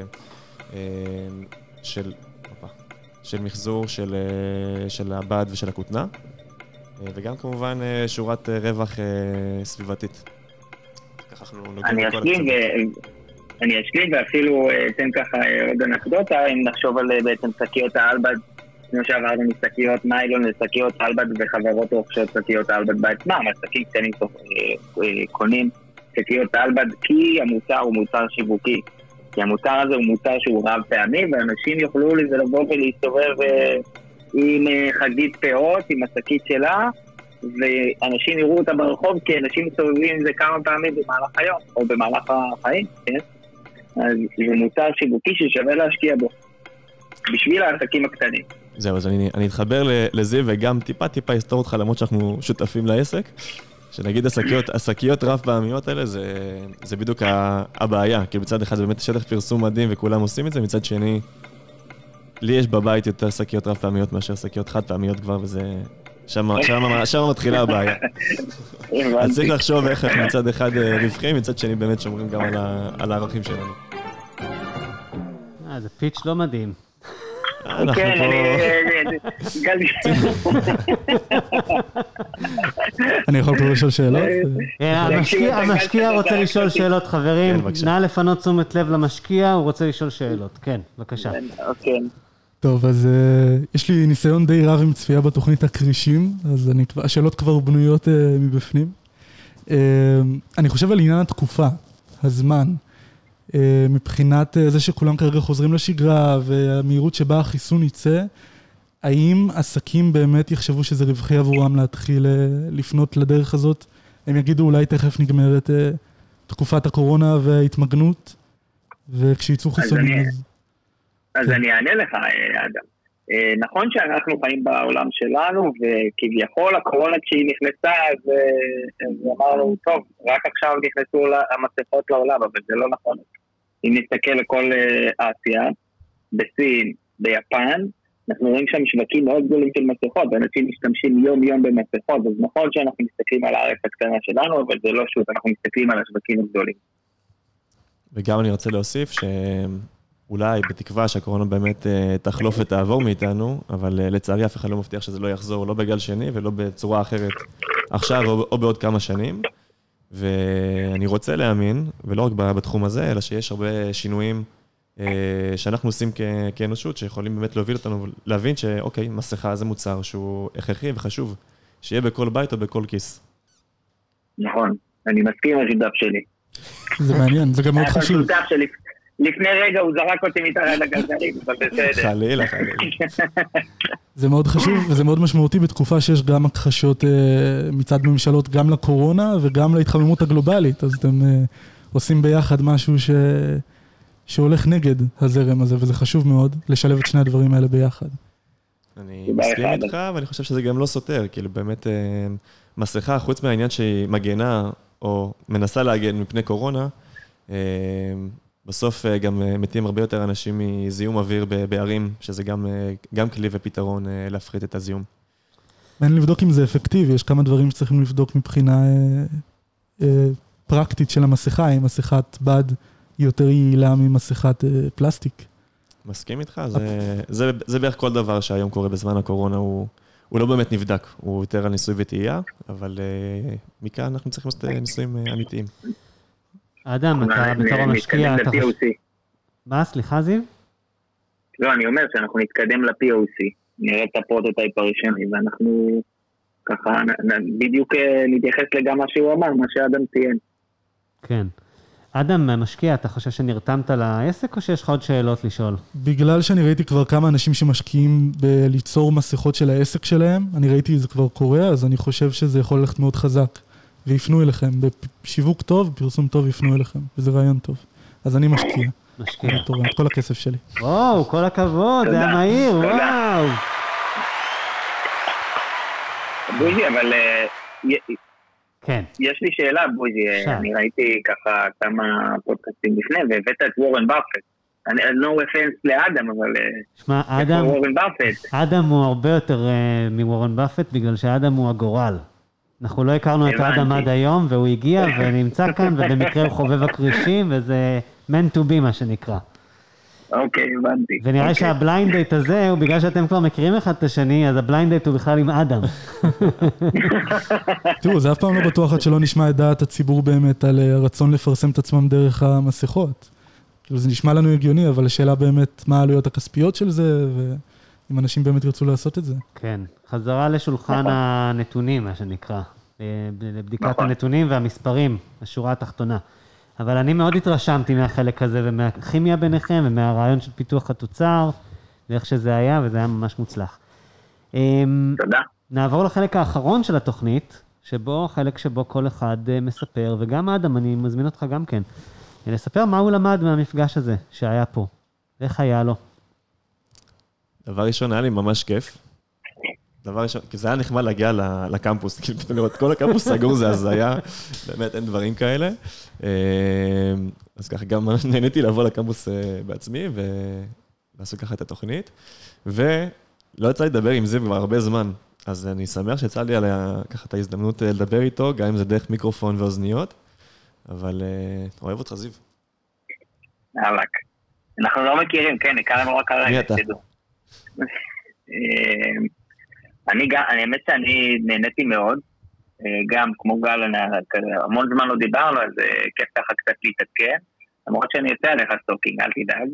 של, של מחזור של, של הבד ושל הכותנה. וגם כמובן שורת רווח סביבתית. ככה אנחנו נוגעים בכל הקצת. אני אשלים ואפילו אתן ככה עוד אנקדוטה, אם נחשוב על בעצם שקיות האלבד, כמו שעברנו משקיות מיילון לשקיות האלבד וחברות רוכשות שקיות האלבד בעצמם, עסקים קטנים קונים שקיות האלבד כי המוצר הוא מוצר שיווקי. כי המוצר הזה הוא מוצר שהוא רב פעמי, ואנשים יוכלו לזה לבוא ולהסתובב עם חגית פאות, עם השקית שלה, ואנשים יראו אותה ברחוב, כי אנשים מסתובבים עם זה כמה פעמים במהלך היום, או במהלך החיים, כן? אז זה מוצר שיווקי ששווה להשקיע בו, בשביל העסקים הקטנים. זהו, אז אני, אני אתחבר לזה, וגם טיפה טיפה אסתור אותך, למרות שאנחנו שותפים לעסק. שנגיד השקיות, השקיות רב פעמיות האלה, זה, זה בדיוק הבעיה. כי בצד אחד זה באמת שטח פרסום מדהים וכולם עושים את זה, מצד שני, לי יש בבית יותר שקיות רב פעמיות מאשר שקיות חד פעמיות כבר, וזה... שמה, שמה, שמה מתחילה הבעיה. אז צריך לחשוב איך מצד אחד רווחים, מצד שני באמת שומרים גם על, ה, על הערכים שלנו. אה, זה פיץ' לא מדהים. כן, אני יכול פה לשאול שאלות? המשקיע רוצה לשאול שאלות, חברים. נא לפנות תשומת לב למשקיע, הוא רוצה לשאול שאלות. כן, בבקשה. טוב, אז יש לי ניסיון די רב עם צפייה בתוכנית הקרישים, אז השאלות כבר בנויות מבפנים. אני חושב על עניין התקופה, הזמן. מבחינת זה שכולם כרגע חוזרים לשגרה והמהירות שבה החיסון יצא, האם עסקים באמת יחשבו שזה רווחי עבורם להתחיל לפנות לדרך הזאת? הם יגידו אולי תכף נגמרת תקופת הקורונה וההתמגנות, וכשיצאו חיסונים... אז, אז אני אענה לך, אדם. נכון שאנחנו חיים בעולם שלנו, וכביכול הקורונה כשהיא נכנסה, אז אמרנו, טוב, רק עכשיו נכנסו המסכות לעולם, אבל זה לא נכון. אם נסתכל לכל אסיה, בסין, ביפן, אנחנו רואים שם שווקים מאוד גדולים של מסכות, ואנשים משתמשים יום יום במסכות, אז נכון שאנחנו מסתכלים על הארץ הקטנה שלנו, אבל זה לא שוב, אנחנו מסתכלים על השווקים הגדולים. וגם אני רוצה להוסיף שאולי בתקווה שהקורונה באמת תחלוף ותעבור מאיתנו, אבל לצערי אף אחד לא מבטיח שזה לא יחזור, לא בגל שני ולא בצורה אחרת עכשיו או, או בעוד כמה שנים. ואני רוצה להאמין, ולא רק בתחום הזה, אלא שיש הרבה שינויים שאנחנו עושים כאנושות, שיכולים באמת להוביל אותנו, להבין שאוקיי, מסכה זה מוצר שהוא הכרחי וחשוב, שיהיה בכל בית או בכל כיס. נכון, אני מסכים עם השותף שלי. זה מעניין, זה גם מאוד חשוב. לפני רגע הוא זרק אותי מתחת לגלגלים, אבל בסדר. חלילה, חלילה. זה מאוד חשוב וזה מאוד משמעותי בתקופה שיש גם הכחשות מצד ממשלות, גם לקורונה וגם להתחממות הגלובלית, אז אתם עושים ביחד משהו ש... שהולך נגד הזרם הזה, וזה חשוב מאוד לשלב את שני הדברים האלה ביחד. אני מסכים איתך, ואני חושב שזה גם לא סותר, כאילו באמת מסכה, חוץ מהעניין שהיא מגנה או מנסה להגן מפני קורונה, בסוף גם מתים הרבה יותר אנשים מזיהום אוויר בערים, שזה גם, גם כלי ופתרון להפחית את הזיהום. אין לבדוק אם זה אפקטיבי, יש כמה דברים שצריכים לבדוק מבחינה אה, אה, פרקטית של המסכה, אם מסכת בד היא יותר יעילה ממסכת אה, פלסטיק. מסכים איתך, זה, זה, זה בערך כל דבר שהיום קורה בזמן הקורונה, הוא, הוא לא באמת נבדק, הוא יותר על ניסוי וטעייה, אבל אה, מכאן אנחנו צריכים לעשות ניסויים אמיתיים. אדם, אתה בתור המשקיע, אתה חושב... מה, סליחה זיו? לא, אני אומר שאנחנו נתקדם ל-פי או סי, נראה את הפרוטוטייפ הראשוני, ואנחנו ככה בדיוק נתייחס לגם מה שהוא אמר, מה שאדם ציין. כן. אדם, משקיע, אתה חושב שנרתמת לעסק או שיש לך עוד שאלות לשאול? בגלל שאני ראיתי כבר כמה אנשים שמשקיעים בליצור מסכות של העסק שלהם, אני ראיתי זה כבר קורה, אז אני חושב שזה יכול ללכת מאוד חזק. ויפנו אליכם, בשיווק טוב, פרסום טוב יפנו אליכם, וזה רעיון טוב. אז אני משקיע. משקיע. אני תורם את כל הכסף שלי. וואו, כל הכבוד, זה היה מהיר, וואו. בוז'י, אבל... כן. יש לי שאלה, בוז'י, אני ראיתי ככה כמה פודקאסטים לפני, והבאת את וורן באפט. אני no offense לאדם, אבל... שמע, אדם... אדם הוא הרבה יותר מוורן באפט, בגלל שאדם הוא הגורל. אנחנו לא הכרנו את האדם עד היום, והוא הגיע ונמצא כאן, ובמקרה הוא חובב הקרישים, וזה man to be מה שנקרא. אוקיי, הבנתי. ונראה שהבליינד דייט הזה, הוא בגלל שאתם כבר מכירים אחד את השני, אז הבליינד דייט הוא בכלל עם אדם. תראו, זה אף פעם לא בטוח עד שלא נשמע את דעת הציבור באמת על הרצון לפרסם את עצמם דרך המסכות. זה נשמע לנו הגיוני, אבל השאלה באמת מה העלויות הכספיות של זה, אם אנשים באמת ירצו לעשות את זה. כן, חזרה לשולחן הנתונים, מה שנקרא, לבדיקת הנתונים והמספרים, השורה התחתונה. אבל אני מאוד התרשמתי מהחלק הזה, ומהכימיה ביניכם, ומהרעיון של פיתוח התוצר, ואיך שזה היה, וזה היה ממש מוצלח. תודה. נעבור לחלק האחרון של התוכנית, שבו, חלק שבו כל אחד מספר, וגם אדם, אני מזמין אותך גם כן, לספר מה הוא למד מהמפגש הזה שהיה פה, ואיך היה לו. דבר ראשון, היה לי ממש כיף. דבר ראשון, כי זה היה נחמד להגיע לקמפוס, כאילו פתאום לראות, כל הקמפוס סגור זה הזיה, באמת אין דברים כאלה. אז ככה גם נהניתי לבוא לקמפוס בעצמי, ולעשות ככה את התוכנית, ולא יצא לי לדבר עם זיו כבר הרבה זמן, אז אני שמח שיצא לי עליה ככה את ההזדמנות לדבר איתו, גם אם זה דרך מיקרופון ואוזניות, אבל אוהב אותך זיו. נעלק. אנחנו לא מכירים, כן, הכרנו רק הרגע. מי אתה? אני גם, אני האמת שאני נהניתי מאוד, גם כמו גל, המון זמן לא דיברנו, אז כיף ככה קצת להתעדכן, למרות שאני יוצא עליך סטוקינג, אל תדאג.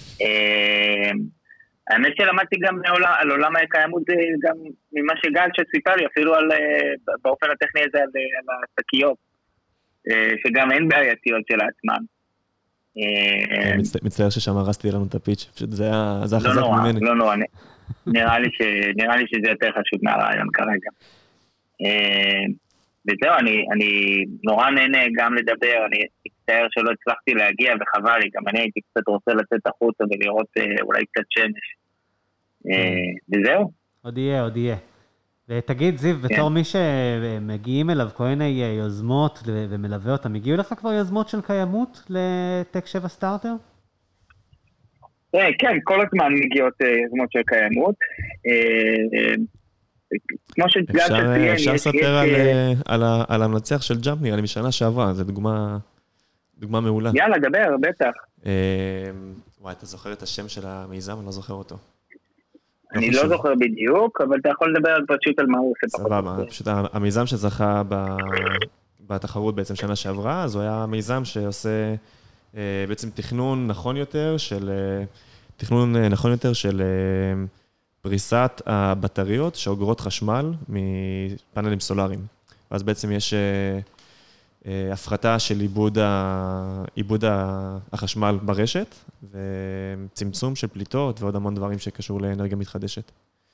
האמת שלמדתי גם על עולם הקיימות, גם ממה שגל שסיפר לי, אפילו באופן הטכני הזה על השקיות, שגם אין בעייתיות של העצמן. מצטער ששם הרסתי לנו את הפיץ', פשוט זה היה חזק ממני. לא נורא, נראה לי שזה יותר חשוב מהרעיון כרגע. וזהו, אני נורא נהנה גם לדבר, אני מצטער שלא הצלחתי להגיע וחבל לי, גם אני הייתי קצת רוצה לצאת החוצה ולראות אולי קצת שמש. וזהו. עוד יהיה, עוד יהיה. ותגיד זיו, בתור מי שמגיעים אליו כל מיני יוזמות ומלווה אותם, הגיעו לך כבר יוזמות של קיימות לטק שבע סטארטר? כן, כל הזמן מגיעות יוזמות של קיימות. כמו שגל שציין, אפשר לספר על המנצח של ג'אמפ, נראה לי משנה שעברה, זו דוגמה מעולה. יאללה, דבר, בטח. וואי, אתה זוכר את השם של המיזם? אני לא זוכר אותו. אני לא זוכר בדיוק, אבל אתה יכול לדבר פשוט על מה הוא עושה. סבבה, פשוט המיזם שזכה בתחרות בעצם שנה שעברה, אז הוא היה מיזם שעושה בעצם תכנון נכון יותר של, תכנון נכון יותר של פריסת הבטריות שאוגרות חשמל מפאנלים סולאריים. ואז בעצם יש הפחתה של עיבוד, ה... עיבוד החשמל ברשת, וצמצום של פליטות ועוד המון דברים שקשור לאנרגיה מתחדשת.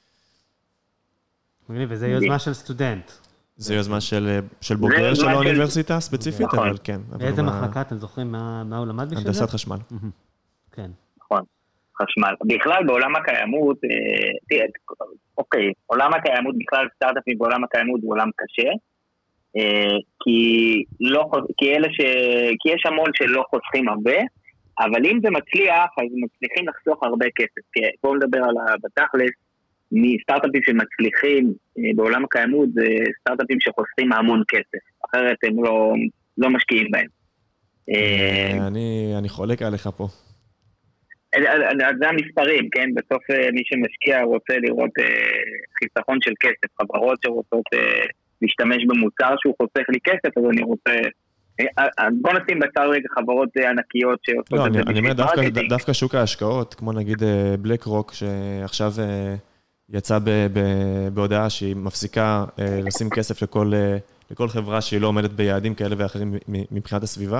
מגניב, וזה יוזמה של סטודנט. זה יוזמה של, של בוגר של האוניברסיטה ספציפית, אבל כן. באיזה מחלקה אתם זוכרים מה, מה הוא למד בשביל זה? הנדסת חשמל. כן. נכון, חשמל. בכלל בעולם הקיימות, תראה, אוקיי, עולם הקיימות, בכלל סטארט-אפים בעולם הקיימות הוא עולם קשה, כי, לא, כי, אלה ש, כי יש המון שלא חוסכים הרבה, אבל אם זה מצליח, אז מצליחים לחסוך הרבה כסף. בואו נדבר על בתכלס, מסטארט-אפים שמצליחים בעולם הקיימות, זה סטארט-אפים שחוסכים המון כסף, אחרת הם לא, לא משקיעים בהם. אני, אני חולק עליך פה. זה המספרים, כן? בסוף מי שמשקיע רוצה לראות חיסכון של כסף, חברות שרוצות להשתמש במוצר שהוא חוסך לי כסף, אז אני רוצה... בוא נשים בצד רגע חברות ענקיות שעושות לא, את זה. אני אומר, דווקא, דווקא שוק ההשקעות, כמו נגיד בלק רוק, שעכשיו יצא ב, ב, בהודעה שהיא מפסיקה לשים כסף לכל, לכל חברה שהיא לא עומדת ביעדים כאלה ואחרים מבחינת הסביבה,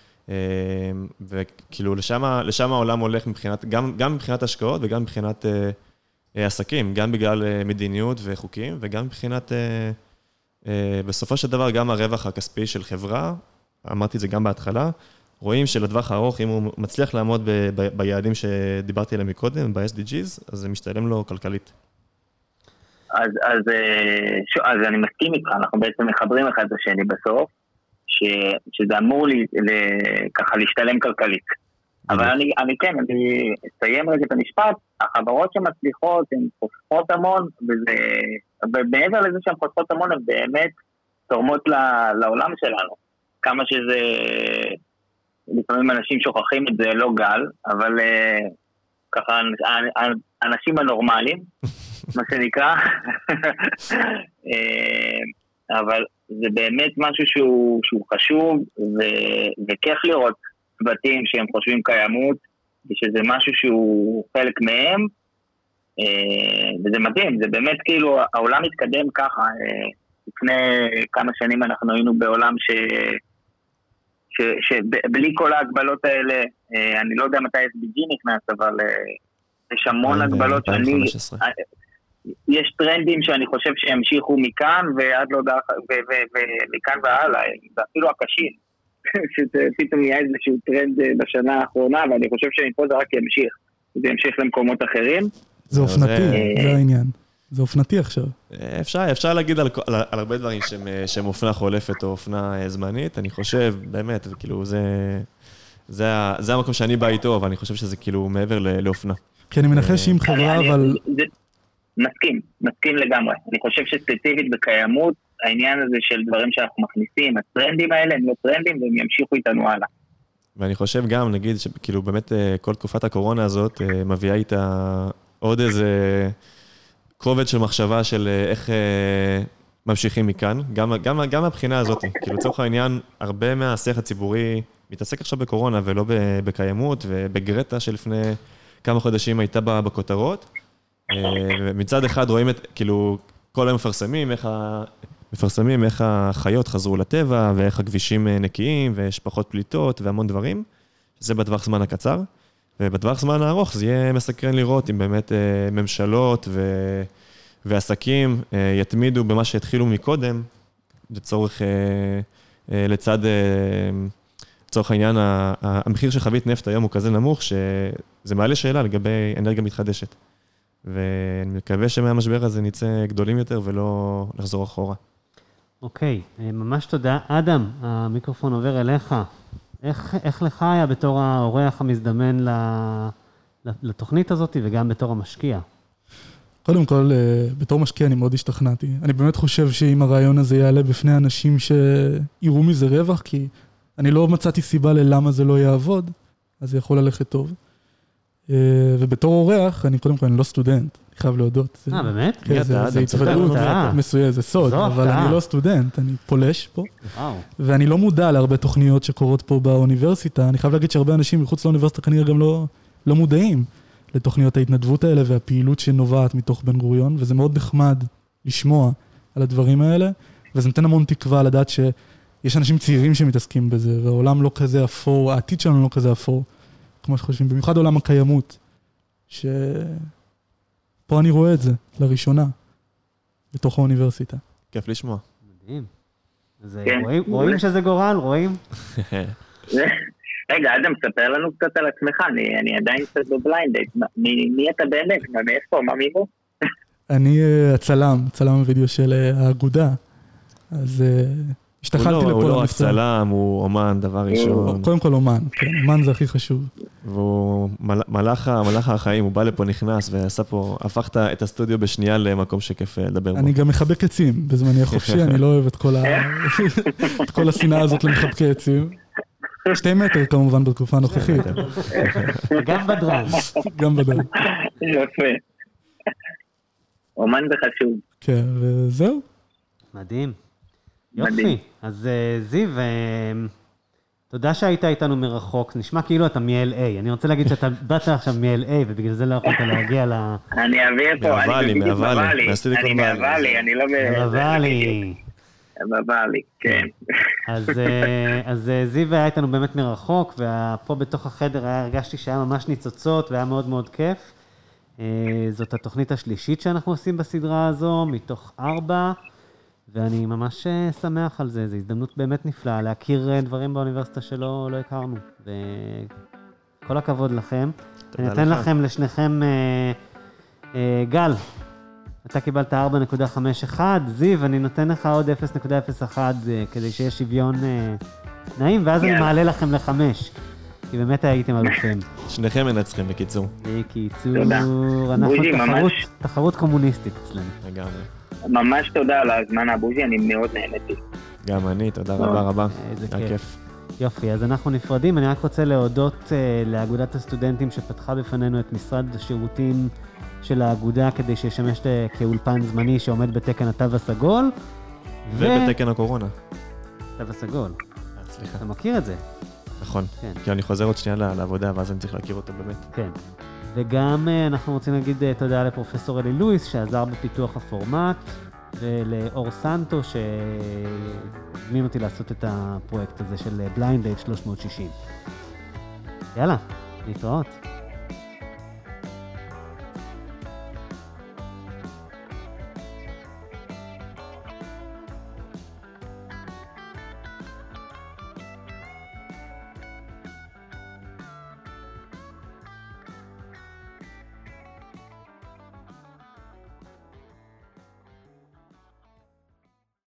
וכאילו לשם, לשם העולם הולך מבחינת, גם, גם מבחינת השקעות וגם מבחינת עסקים, גם בגלל מדיניות וחוקים, וגם מבחינת... בסופו של דבר, גם הרווח הכספי של חברה, אמרתי את זה גם בהתחלה, רואים שלטווח הארוך, אם הוא מצליח לעמוד ב- ב- ביעדים שדיברתי עליהם מקודם, ב-אס די ג'יז, אז זה משתלם לו כלכלית. אז, אז, ש... אז אני מסכים איתך, אנחנו בעצם מחברים אחד את השני בסוף, ש... שזה אמור לי, ל... ככה להשתלם כלכלית. אבל אני, אני כן, אני אסיים רגע את המשפט, החברות שמצליחות, הן חוסכות המון, וזה, ומעבר לזה שהן חוסכות המון, הן באמת תורמות לעולם שלנו. כמה שזה, לפעמים אנשים שוכחים את זה, לא גל, אבל ככה, האנשים הנורמליים, מה שנקרא, אבל זה באמת משהו שהוא, שהוא חשוב, ו, וכיף לראות, צוותים שהם חושבים קיימות, ושזה משהו שהוא חלק מהם, וזה מדהים, זה באמת כאילו, העולם מתקדם ככה, לפני כמה שנים אנחנו היינו בעולם ש... שבלי כל ההגבלות האלה, אני לא יודע מתי אס די ג'י נכנס, אבל יש המון הגבלות שאני... יש טרנדים שאני חושב שימשיכו מכאן, ועד לא יודע, ומכאן והלאה, ואפילו הקשים. שפתאום נהיה איזשהו טרנד בשנה האחרונה, ואני חושב שמפה זה רק ימשיך. זה ימשיך למקומות אחרים. זה אופנתי, זה העניין. זה אופנתי עכשיו. אפשר, אפשר להגיד על, על, על הרבה דברים שהם, שהם אופנה חולפת או אופנה זמנית, אני חושב, באמת, כאילו, זה, זה, זה המקום שאני בא איתו, אבל אני חושב שזה כאילו מעבר לאופנה. כי אני מנחש עם חברה, אבל... מסכים, מסכים לגמרי. אני חושב שספציפית בקיימות, העניין הזה של דברים שאנחנו מכניסים, הטרנדים האלה הם לא טרנדים, והם ימשיכו איתנו הלאה. ואני חושב גם, נגיד, שכאילו באמת כל תקופת הקורונה הזאת מביאה איתה עוד איזה כובד של מחשבה של איך ממשיכים מכאן, גם, גם, גם מהבחינה הזאת. כאילו, לצורך העניין, הרבה מהשיח הציבורי מתעסק עכשיו בקורונה ולא בקיימות, ובגרטה שלפני כמה חודשים הייתה בכותרות. ומצד אחד רואים את, כאילו, כל היום מפרסמים איך, ה... מפרסמים איך החיות חזרו לטבע, ואיך הכבישים נקיים, ויש פחות פליטות והמון דברים. זה בטווח זמן הקצר. ובטווח זמן הארוך זה יהיה מסקרן לראות אם באמת ממשלות ו... ועסקים יתמידו במה שהתחילו מקודם, לצורך, לצד, לצורך העניין, המחיר של חבית נפט היום הוא כזה נמוך, שזה מעלה שאלה לגבי אנרגיה מתחדשת. ואני מקווה שמהמשבר הזה נצא גדולים יותר ולא לחזור אחורה. אוקיי, ממש תודה. אדם, המיקרופון עובר אליך. איך, איך לך היה בתור האורח המזדמן לתוכנית הזאת וגם בתור המשקיע? קודם כל, בתור משקיע אני מאוד השתכנעתי. אני באמת חושב שאם הרעיון הזה יעלה בפני אנשים שיראו מזה רווח, כי אני לא מצאתי סיבה ללמה זה לא יעבוד, אז זה יכול ללכת טוב. ובתור אורח, אני קודם כל, אני לא סטודנט, אני חייב להודות. אה, באמת? כן, זה התוודעות מסוימת, זה סוד, אבל אני לא סטודנט, אני פולש פה. ואני לא מודע להרבה תוכניות שקורות פה באוניברסיטה. אני חייב להגיד שהרבה אנשים מחוץ לאוניברסיטה כנראה גם לא מודעים לתוכניות ההתנדבות האלה והפעילות שנובעת מתוך בן גוריון, וזה מאוד נחמד לשמוע על הדברים האלה, וזה נותן המון תקווה לדעת שיש אנשים צעירים שמתעסקים בזה, והעולם לא כזה אפור, העתיד שלנו לא כזה אפור. כמו שחושבים, במיוחד עולם הקיימות, שפה אני רואה את זה לראשונה, בתוך האוניברסיטה. כיף לשמוע. מדהים. אז רואים, רואים שזה גורל, רואים? רגע, אדם, ספר לנו קצת על עצמך, אני, אני עדיין קצת בבליינדייט, מי, מי אתה באמת? מאיפה? מה מימו? אני הצלם, צלם הווידאו של האגודה, אז... השתחלתי לפה. הוא לא רק צלם, הוא אומן, דבר ראשון. קודם כל אומן, כן, אומן זה הכי חשוב. והוא מלאך החיים, הוא בא לפה, נכנס, ועשה פה, הפך את הסטודיו בשנייה למקום שכיף לדבר בו. אני גם מחבק עצים, בזמני החופשי, אני לא אוהב את כל השנאה הזאת למחבקי עצים. שתי מטר כמובן בתקופה הנוכחית. גם בדרן. גם בדרן. יפה. אומן זה חשוב. כן, וזהו. מדהים. יופי, אז זיו, תודה שהיית איתנו מרחוק, נשמע כאילו אתה מ-אל איי, אני רוצה להגיד שאתה באת עכשיו מ-אל איי, ובגלל זה לא יכולת להגיע ל... אני אעביר פה, אני בדיוק בבאלי, אני בבאלי, אני לא בבאלי. בבאלי, כן. אז זיו היה איתנו באמת מרחוק, ופה בתוך החדר הרגשתי שהיה ממש ניצוצות, והיה מאוד מאוד כיף. זאת התוכנית השלישית שאנחנו עושים בסדרה הזו, מתוך ארבע, ואני ממש שמח על זה, זו הזדמנות באמת נפלאה, להכיר דברים באוניברסיטה שלא לא הכרנו, וכל הכבוד לכם. אני אתן לך. לכם, לשניכם, אה, אה, גל, אתה קיבלת ארבע נקודה חמש אחת, זיו, אני נותן לך עוד אפס נקודה אפס אחת, אה, כדי שיהיה שוויון אה, נעים, ואז yeah. אני מעלה לכם לחמש, כי באמת הייתם אלופים. שניכם מנצחים בקיצור. בקיצור, אנחנו תחרות, תחרות קומוניסטית אצלנו. לגמרי. ממש תודה על הזמן הבוז'י, אני מאוד נהניתי. גם אני, תודה רבה רבה. איזה כיף. יופי, אז אנחנו נפרדים. אני רק רוצה להודות uh, לאגודת הסטודנטים שפתחה בפנינו את משרד השירותים של האגודה, כדי שישמש כאולפן זמני שעומד בתקן התו הסגול. ובתקן ו... הקורונה. תו הסגול. סליחה. אתה מכיר את זה? נכון, כן. כי אני חוזר עוד שנייה לעבודה, ואז אני צריך להכיר אותו באמת. כן. וגם אנחנו רוצים להגיד תודה לפרופסור אלי לואיס שעזר בפיתוח הפורמט, ולאור סנטו שהזמין אותי לעשות את הפרויקט הזה של בליינד דייט שלוש מאות שישים. יאללה, להתראות.